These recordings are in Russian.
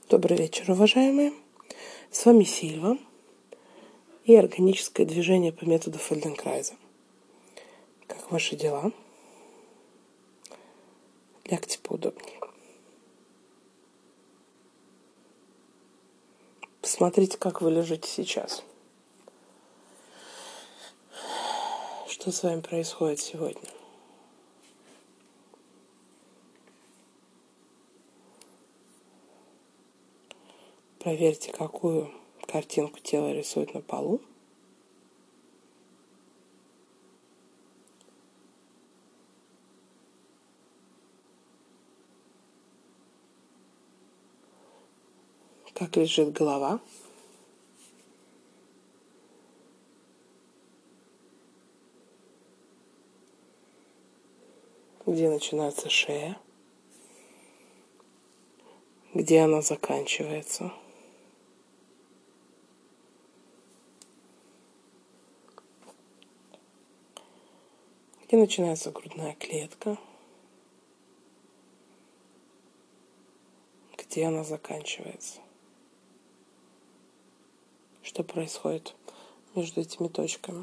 Добрый вечер, уважаемые. С вами Сильва и органическое движение по методу Фельденкрайза. Как ваши дела? Лягте поудобнее. Посмотрите, как вы лежите сейчас. Что с вами происходит сегодня? Проверьте, какую картинку тело рисует на полу. Как лежит голова. Где начинается шея. Где она заканчивается. Где начинается грудная клетка. Где она заканчивается. Что происходит между этими точками.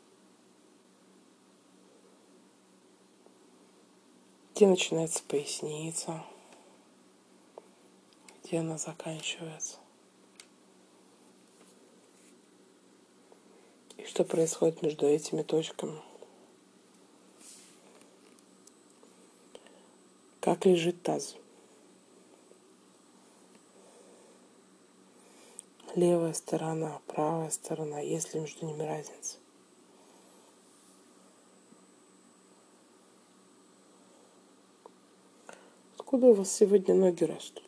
Где начинается поясница. Где она заканчивается. И что происходит между этими точками. Как лежит таз. Левая сторона, правая сторона, есть ли между ними разница? Откуда у вас сегодня ноги растут?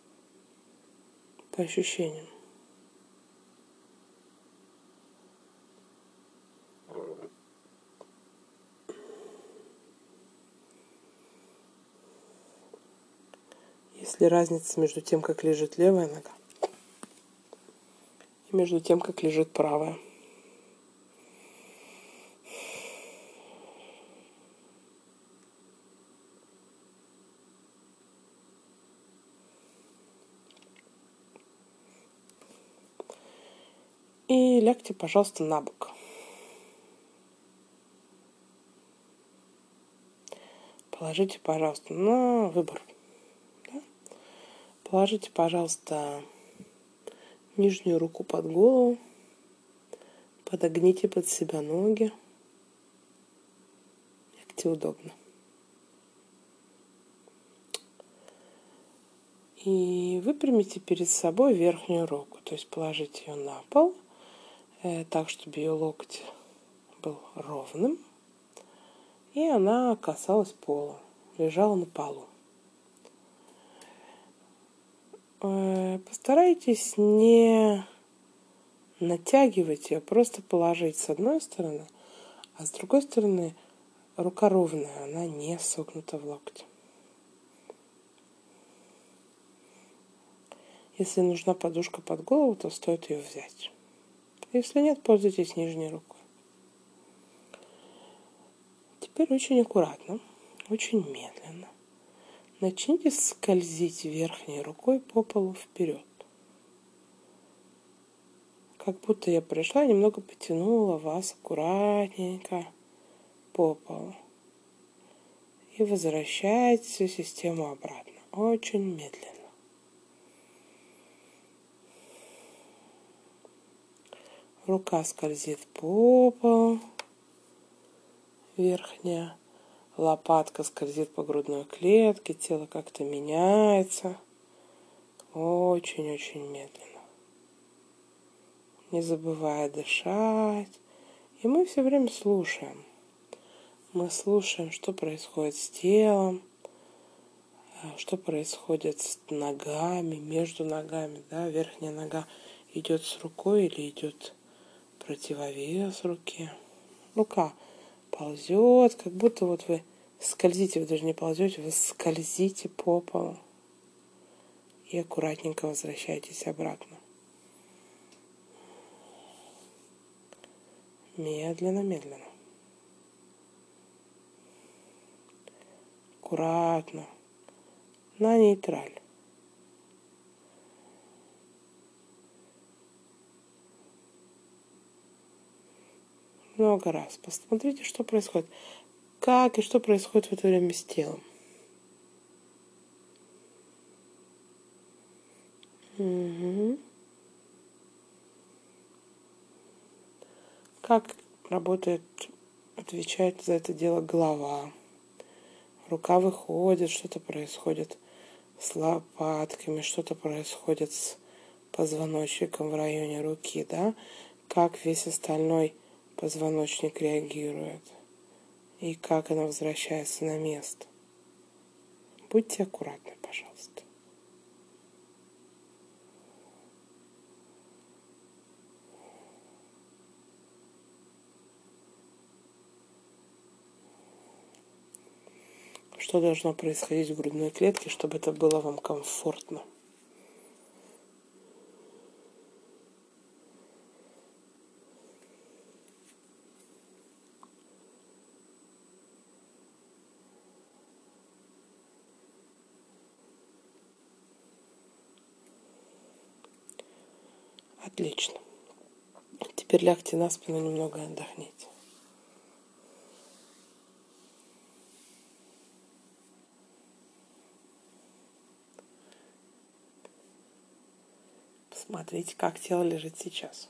По ощущениям. Есть ли разница между тем, как лежит левая нога, и между тем, как лежит правая? И лягте, пожалуйста, на бок. Положите, пожалуйста, на выбор. Да? Положите, пожалуйста, нижнюю руку под голову. Подогните под себя ноги. Лягте удобно. И выпрямите перед собой верхнюю руку. То есть положите ее на пол, так, чтобы ее локоть был ровным. И она касалась пола, лежала на полу. Постарайтесь не натягивать ее, просто положить с одной стороны, а с другой стороны рука ровная, она не согнута в локте. Если нужна подушка под голову, то стоит ее взять. Если нет, пользуйтесь нижней рукой. Теперь очень аккуратно, очень медленно начните скользить верхней рукой по полу вперед. Как будто я пришла и немного потянула вас аккуратненько по полу. И возвращайте всю систему обратно. Очень медленно. Рука скользит по полу. Верхняя лопатка скользит по грудной клетке. Тело как-то меняется. Очень-очень медленно. Не забывая дышать. И мы все время слушаем. Мы слушаем, что происходит с телом, что происходит с ногами, между ногами. Да? Верхняя нога идет с рукой или идет противовес руке. Рука ползет, как будто вот вы скользите, вы даже не ползете, вы скользите по полу. И аккуратненько возвращайтесь обратно. Медленно, медленно. Аккуратно. На нейтраль. много раз. Посмотрите, что происходит. Как и что происходит в это время с телом. Угу. Как работает, отвечает за это дело голова. Рука выходит, что-то происходит с лопатками, что-то происходит с позвоночником в районе руки, да? Как весь остальной позвоночник реагирует и как она возвращается на место. Будьте аккуратны, пожалуйста. Что должно происходить в грудной клетке, чтобы это было вам комфортно? Отлично. Теперь лягте на спину, немного отдохните. Посмотрите, как тело лежит сейчас.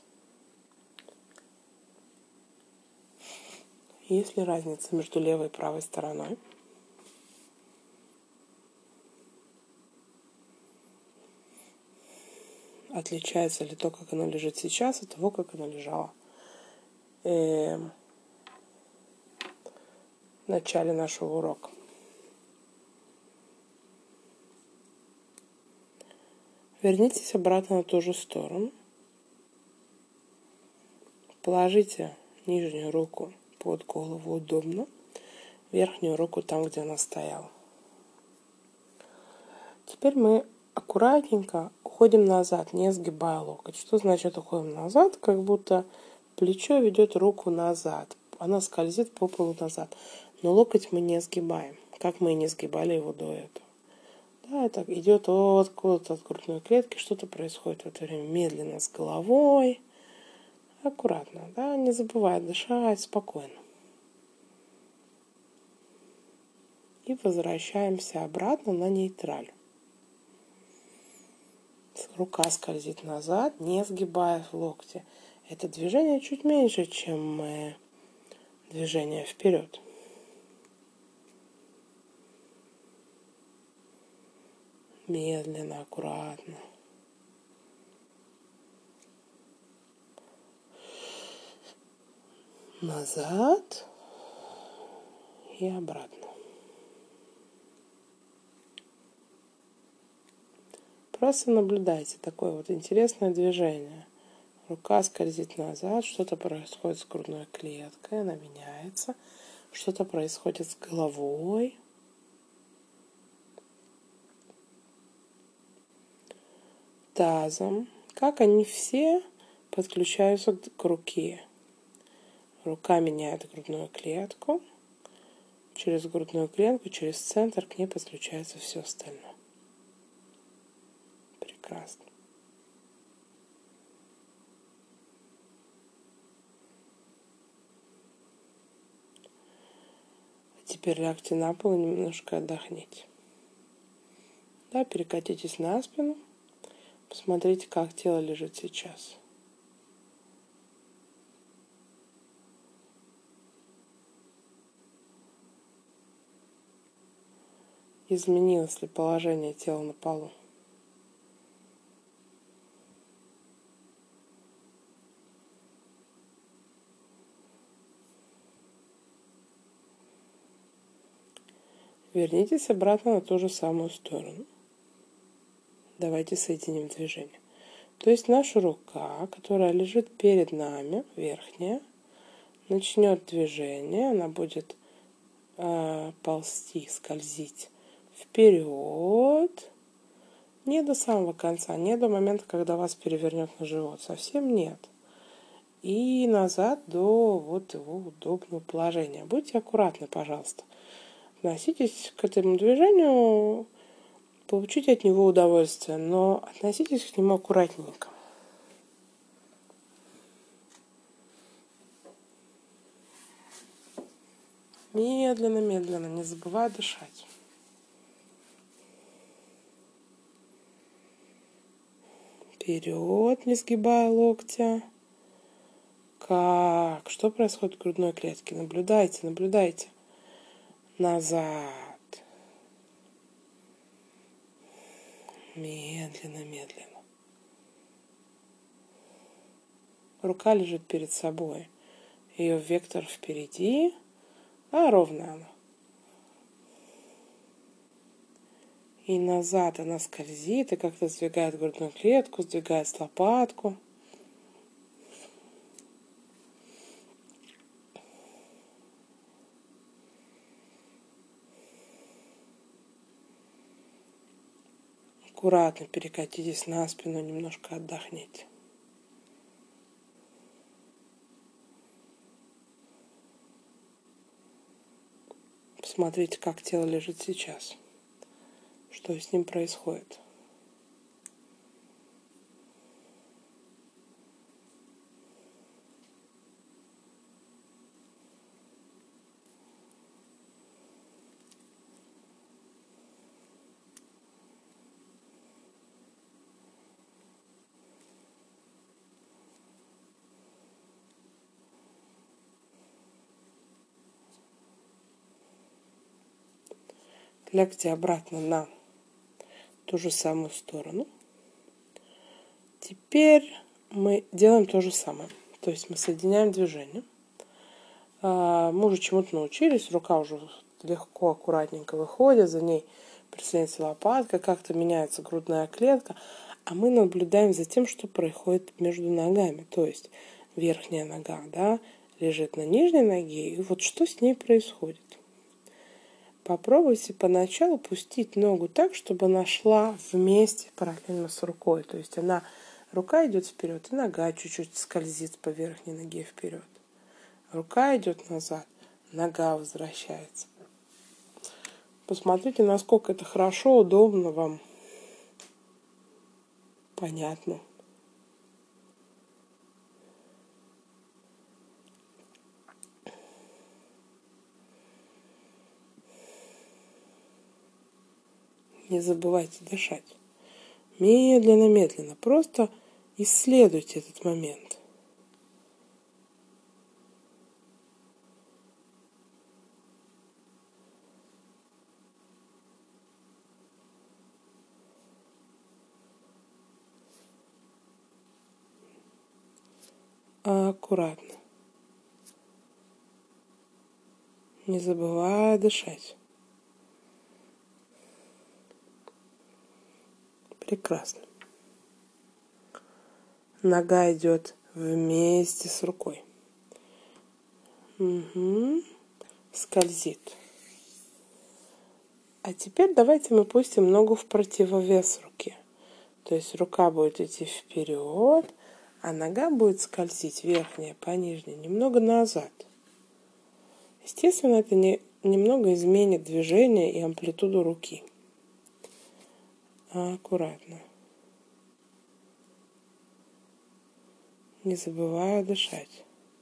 Есть ли разница между левой и правой стороной? Отличается ли то, как оно лежит сейчас, от того, как оно лежало в начале нашего урока? Вернитесь обратно на ту же сторону. Положите нижнюю руку под голову удобно, верхнюю руку там, где она стояла. Теперь мы аккуратненько уходим назад, не сгибая локоть. Что значит уходим назад? Как будто плечо ведет руку назад. Она скользит по полу назад. Но локоть мы не сгибаем, как мы и не сгибали его до этого. Да, это идет откуда-то от грудной клетки, что-то происходит в это время медленно с головой. Аккуратно, да, не забывая дышать спокойно. И возвращаемся обратно на нейтраль. Рука скользит назад, не сгибая в локте. Это движение чуть меньше, чем движение вперед. Медленно, аккуратно. Назад и обратно. Просто наблюдайте такое вот интересное движение. Рука скользит назад, что-то происходит с грудной клеткой, она меняется. Что-то происходит с головой. Тазом. Как они все подключаются к руке. Рука меняет грудную клетку. Через грудную клетку, через центр к ней подключается все остальное. Прекрасно. Теперь лягте на пол и немножко отдохните. Да, перекатитесь на спину. Посмотрите, как тело лежит сейчас. Изменилось ли положение тела на полу? Вернитесь обратно на ту же самую сторону. Давайте соединим движение. То есть наша рука, которая лежит перед нами, верхняя, начнет движение, она будет ползти, скользить вперед, не до самого конца, не до момента, когда вас перевернет на живот, совсем нет. И назад до вот его удобного положения. Будьте аккуратны, пожалуйста. Относитесь к этому движению, получите от него удовольствие, но относитесь к нему аккуратненько. Медленно, медленно, не забывай дышать. Вперед, не сгибая локтя. Как? Что происходит в грудной клетке? Наблюдайте, наблюдайте. Назад. Медленно, медленно. Рука лежит перед собой. Ее вектор впереди, а ровно она. И назад она скользит и как-то сдвигает грудную клетку, сдвигает лопатку. Аккуратно перекатитесь на спину, немножко отдохните. Посмотрите, как тело лежит сейчас. Что с ним происходит. Лягте обратно на ту же самую сторону. Теперь мы делаем то же самое. То есть мы соединяем движение. Мы уже чему-то научились. Рука уже легко, аккуратненько выходит. За ней присоединяется лопатка. Как-то меняется грудная клетка. А мы наблюдаем за тем, что происходит между ногами. То есть верхняя нога, да, лежит на нижней ноге. И вот что с ней происходит. Попробуйте поначалу пустить ногу так, чтобы она шла вместе параллельно с рукой. То есть рука идет вперед, и нога чуть-чуть скользит по верхней ноге вперед. Рука идет назад, нога возвращается. Посмотрите, насколько это хорошо, удобно вам, понятно. Не забывайте дышать. Медленно, медленно. Просто исследуйте этот момент. Аккуратно. Не забывая дышать. Прекрасно. Нога идет вместе с рукой. Угу. Скользит. А теперь давайте мы пустим ногу в противовес руке. То есть рука будет идти вперед, а нога будет скользить верхняя по нижней немного назад. Естественно, это немного изменит движение и амплитуду руки. Аккуратно. Не забывая дышать.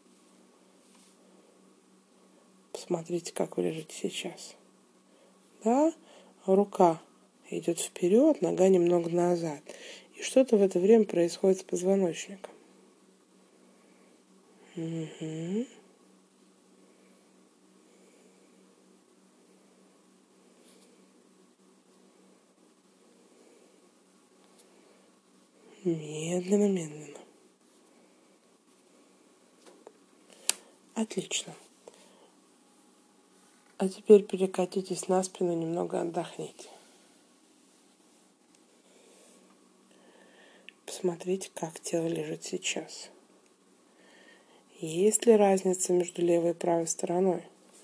Посмотрите, как вы лежите сейчас. Да, рука идет вперед, нога немного назад. И что-то в это время происходит с позвоночником. Угу. Медленно, медленно. Отлично. А теперь перекатитесь на спину, немного отдохните. Посмотрите, как тело лежит сейчас. Есть ли разница между левой и правой стороной?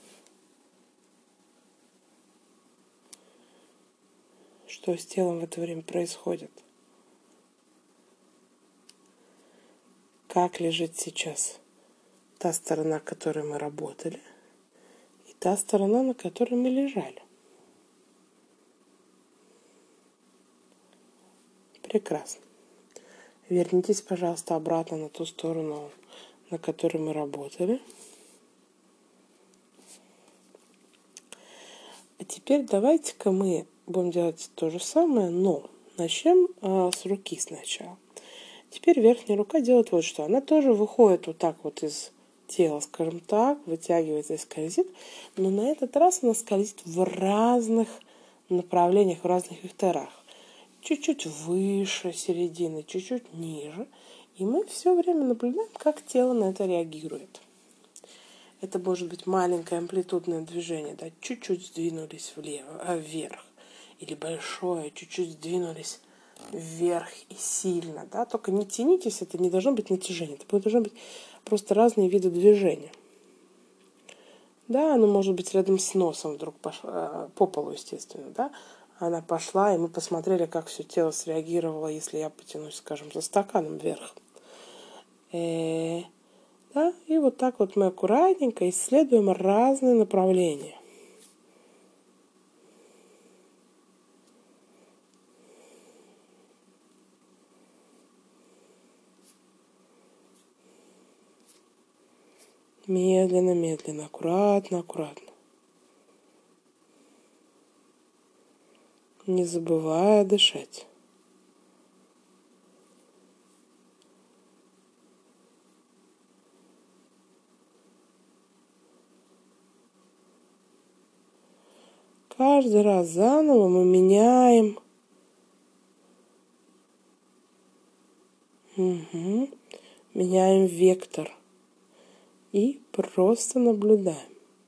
Что с телом в это время происходит? Как лежит сейчас та сторона, к которой мы работали, и та сторона, на которой мы лежали? Прекрасно. Вернитесь, пожалуйста, обратно на ту сторону, на которой мы работали. теперь давайте-ка мы будем делать то же самое, но начнем с руки сначала. Теперь верхняя рука делает вот что. Она тоже выходит вот так вот из тела, скажем так, вытягивается и скользит, но на этот раз она скользит в разных направлениях, в разных векторах. Чуть-чуть выше середины, чуть-чуть ниже. И мы все время наблюдаем, как тело на это реагирует. Это может быть маленькое амплитудное движение, да, чуть-чуть сдвинулись вверх. Или большое, чуть-чуть сдвинулись вверх и сильно, да. Только не тянитесь, это не должно быть натяжение. Это должны быть просто разные виды движения. Да, оно может быть рядом с носом вдруг пошло, по полу, естественно, да. Она пошла, и мы посмотрели, как все тело среагировало, если я потянусь, скажем, за стаканом вверх. Да, и вот так вот мы аккуратненько исследуем разные направления. Медленно, медленно, аккуратно, аккуратно. Не забывая дышать. Каждый раз заново мы меняем. Меняем вектор. И просто наблюдаем.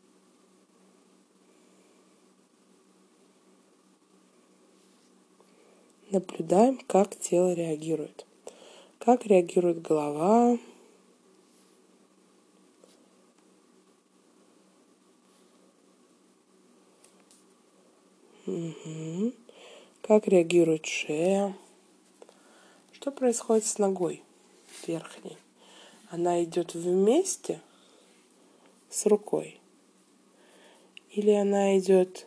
Наблюдаем, как тело реагирует. Как реагирует голова. Как реагирует шея. Что происходит с ногой верхней? Она идет вместе с рукой? Или она идет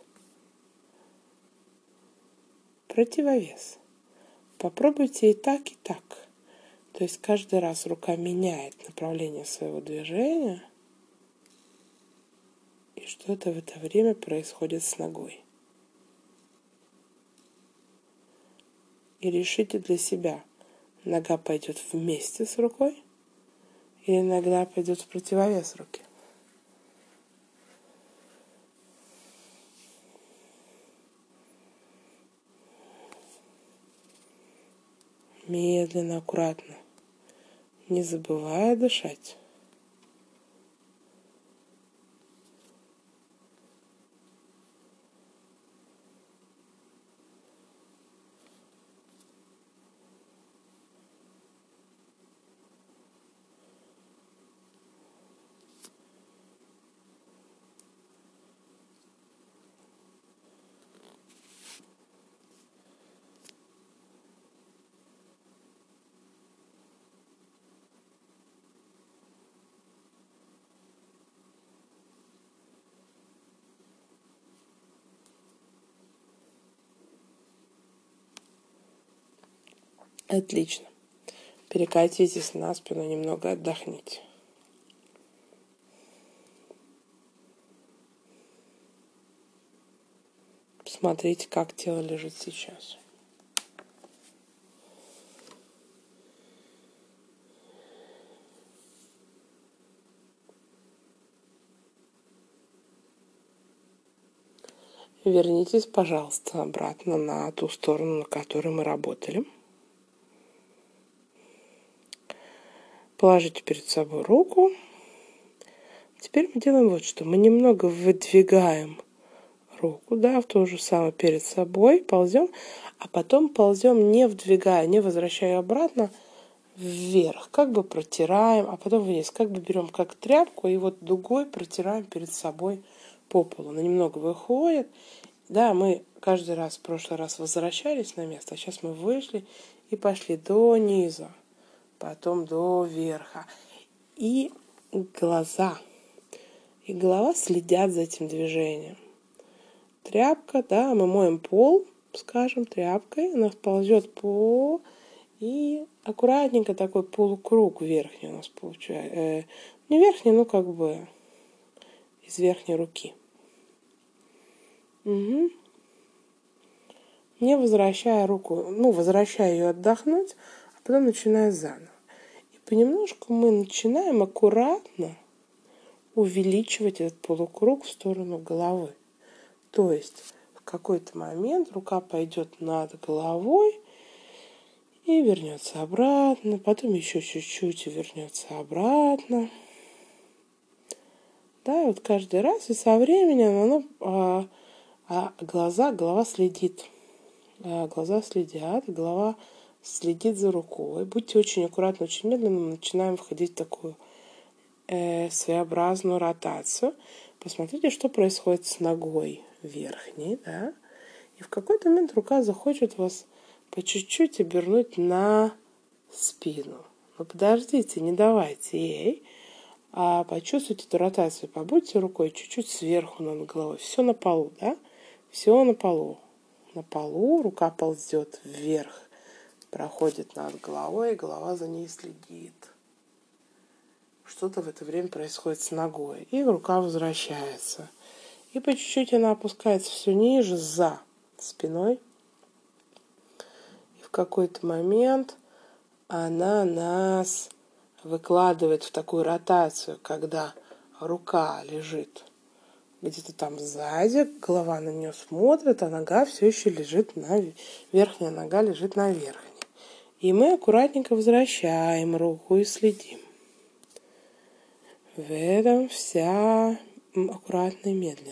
противовес? Попробуйте и так, и так. То есть каждый раз рука меняет направление своего движения. И что-то в это время происходит с ногой. И решите для себя, нога пойдет вместе с рукой или нога пойдет в противовес руки. Медленно, аккуратно, не забывая дышать. Отлично. Перекатитесь на спину, немного отдохните. Посмотрите, как тело лежит сейчас. Вернитесь, пожалуйста, обратно на ту сторону, на которой мы работали. Положите перед собой руку. Теперь мы делаем вот что. Мы немного выдвигаем руку, да, в то же самое перед собой, ползем, а потом ползем, не вдвигая, не возвращая обратно, вверх, как бы протираем, а потом вниз, как бы берем как тряпку и вот дугой протираем перед собой по полу. Она немного выходит. Да, мы каждый раз, в прошлый раз возвращались на место, а сейчас мы вышли и пошли до низа, потом до верха. И глаза и голова следят за этим движением. Тряпка, да, мы моем пол, скажем, тряпкой, она ползет по и аккуратненько такой полукруг верхний у нас получается. Не верхний, но как бы из верхней руки. Угу. Не возвращая руку, возвращая ее отдохнуть, а потом начиная заново. И понемножку мы начинаем аккуратно увеличивать этот полукруг в сторону головы. То есть в какой-то момент рука пойдет над головой и вернется обратно, потом еще чуть-чуть и вернется обратно. Да, вот каждый раз, и со временем голова следит. Глаза следят, голова следит за рукой. Будьте очень аккуратны, очень медленно. Мы начинаем входить в такую своеобразную ротацию. Посмотрите, что происходит с ногой верхней, да. И в какой-то момент рука захочет вас по чуть-чуть обернуть на спину. Но подождите, не давайте ей. А почувствуйте эту ротацию. Побудьте рукой чуть-чуть сверху над головой. Все на полу, да? Все на полу. На полу рука ползет вверх, проходит над головой, и голова за ней следит. Что-то в это время происходит с ногой, и рука возвращается. И по чуть-чуть она опускается все ниже, за спиной. И в какой-то момент она нас выкладывает в такую ротацию, когда рука лежит где-то там сзади, голова на нее смотрит, а нога все еще лежит верхняя нога лежит на верхней. И мы аккуратненько возвращаем руку и следим. В этом вся аккуратно и медленно.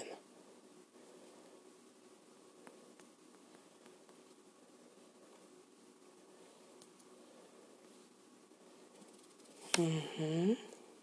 Угу.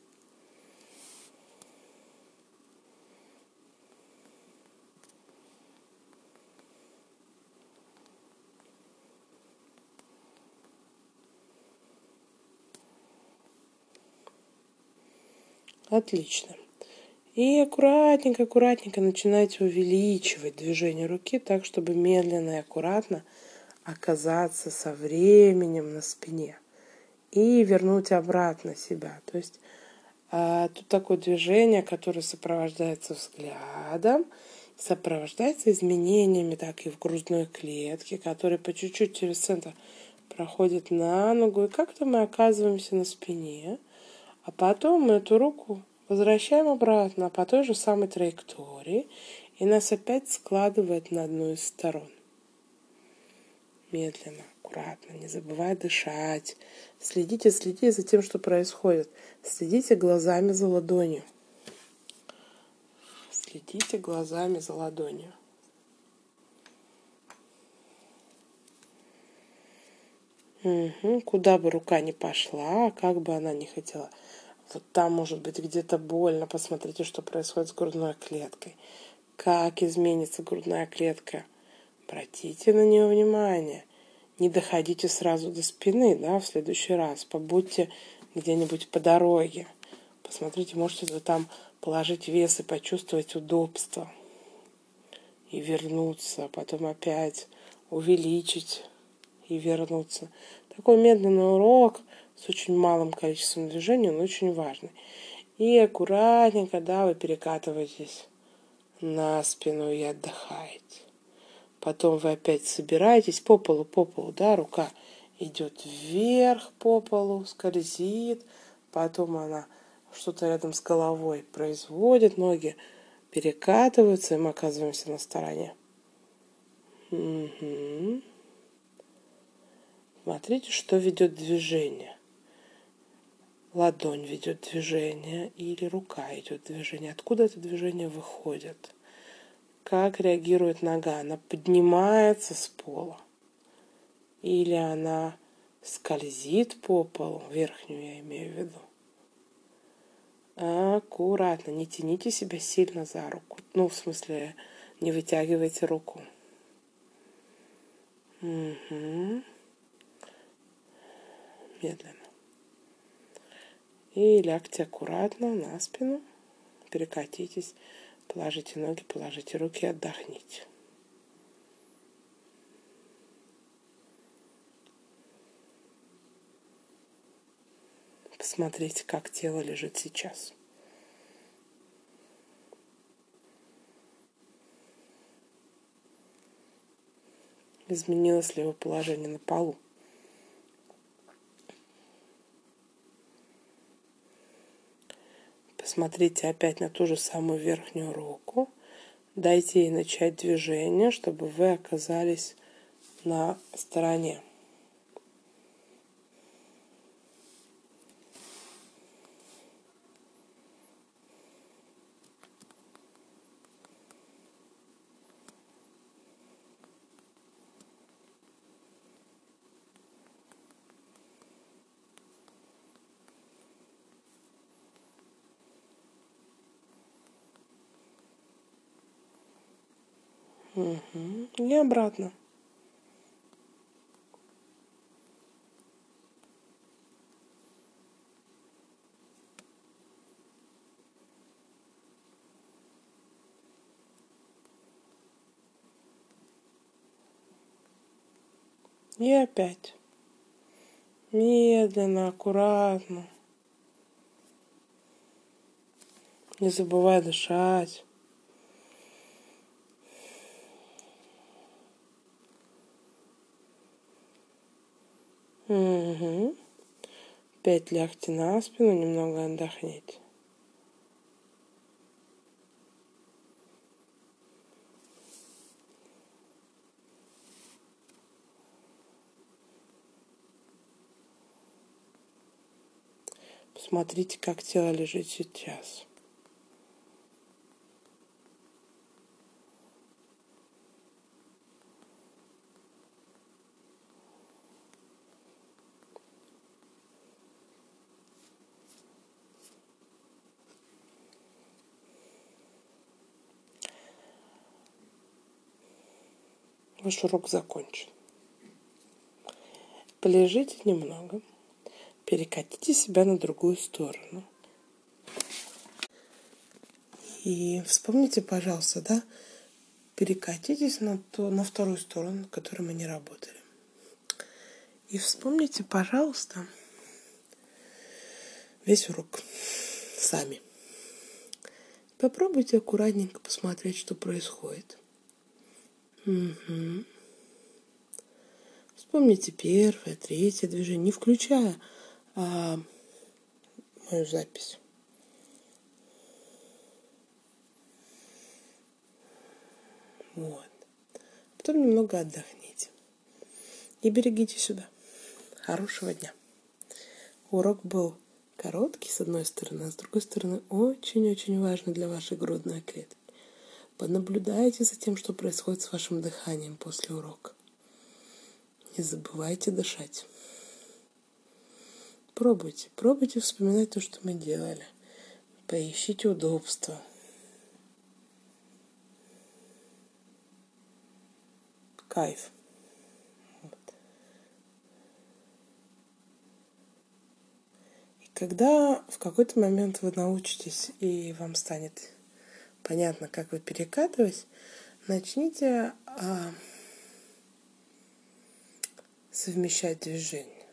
Отлично. И аккуратненько начинайте увеличивать движение руки так, чтобы медленно и аккуратно оказаться со временем на спине. И вернуть обратно себя. То есть тут такое движение, которое сопровождается взглядом, сопровождается изменениями так и в грудной клетке, которые по чуть-чуть через центр проходят на ногу. И как-то мы оказываемся на спине. А потом мы эту руку возвращаем обратно по той же самой траектории. И нас опять складывает на одну из сторон. Медленно, аккуратно, не забывая дышать. Следите за тем, что происходит. Следите глазами за ладонью. Следите глазами за ладонью. Угу. Куда бы рука ни пошла, как бы она ни хотела. Вот там может быть где-то больно. Посмотрите, что происходит с грудной клеткой. Как изменится грудная клетка. Обратите на нее внимание. Не доходите сразу до спины, да, в следующий раз. Побудьте где-нибудь по дороге. Посмотрите, можете вы там положить вес и почувствовать удобство. И вернуться, потом опять увеличить и вернуться. Такой медленный урок с очень малым количеством движений, но очень важный. И аккуратненько, да, вы перекатываетесь на спину и отдыхаете. Потом вы опять собираетесь по полу, да, рука идет вверх по полу, скользит, потом она что-то рядом с головой производит, ноги перекатываются, и мы оказываемся на стороне. Угу. Смотрите, что ведет движение. Ладонь ведет движение или рука идет движение. Откуда это движение выходит? Как реагирует нога? Она поднимается с пола? Или она скользит по полу? Верхнюю я имею в виду. Аккуратно. Не тяните себя сильно за руку. В смысле, не вытягивайте руку. Угу. Медленно. И лягте аккуратно на спину. Перекатитесь. Положите ноги, положите руки, отдохните. Посмотрите, как тело лежит сейчас. Изменилось ли его положение на полу. Посмотрите опять на ту же самую верхнюю руку. Дайте ей начать движение, чтобы вы оказались на стороне. И обратно. И опять. Медленно, аккуратно. Не забывай дышать. Угу. Опять лягте на спину, немного отдохните. Посмотрите, как тело лежит сейчас. Ваш урок закончен. Полежите немного. Перекатите себя на другую сторону. И вспомните, пожалуйста, перекатитесь на вторую сторону, на которой мы не работали. И вспомните, пожалуйста, весь урок сами. Попробуйте аккуратненько посмотреть, что происходит. Угу. Вспомните первое, третье движение, не включая мою запись. Вот. Потом немного отдохните. И берегите себя. Хорошего дня. Урок был короткий, с одной стороны, а с другой стороны, очень-очень важный для вашей грудной клетки. Понаблюдайте за тем, что происходит с вашим дыханием после урока. Не забывайте дышать. Пробуйте вспоминать то, что мы делали. Поищите удобство. Кайф. Вот. И когда в какой-то момент вы научитесь и вам станет понятно, как вы перекатываетесь, начните совмещать движения.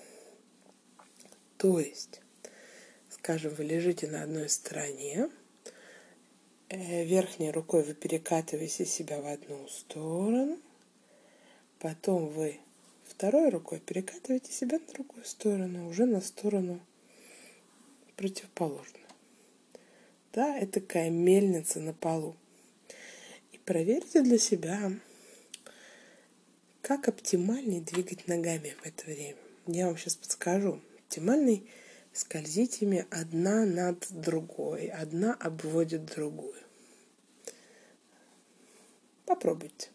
То есть, скажем, вы лежите на одной стороне, верхней рукой вы перекатываете себя в одну сторону, потом вы второй рукой перекатываете себя на другую сторону, уже на сторону противоположную. Да, это такая мельница на полу. И проверьте для себя, как оптимальнее двигать ногами в это время. Я вам сейчас подскажу. Оптимальный скользите ими одна над другой. Одна обводит другую. Попробуйте.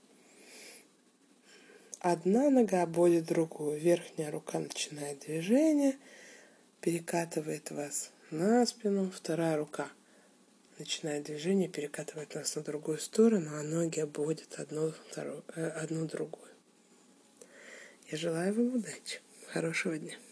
Одна нога обводит другую. Верхняя рука начинает движение, перекатывает вас на спину. Вторая рука начинает движение, перекатывает нас на другую сторону, а ноги обводят одну другую. Я желаю вам удачи. Хорошего дня.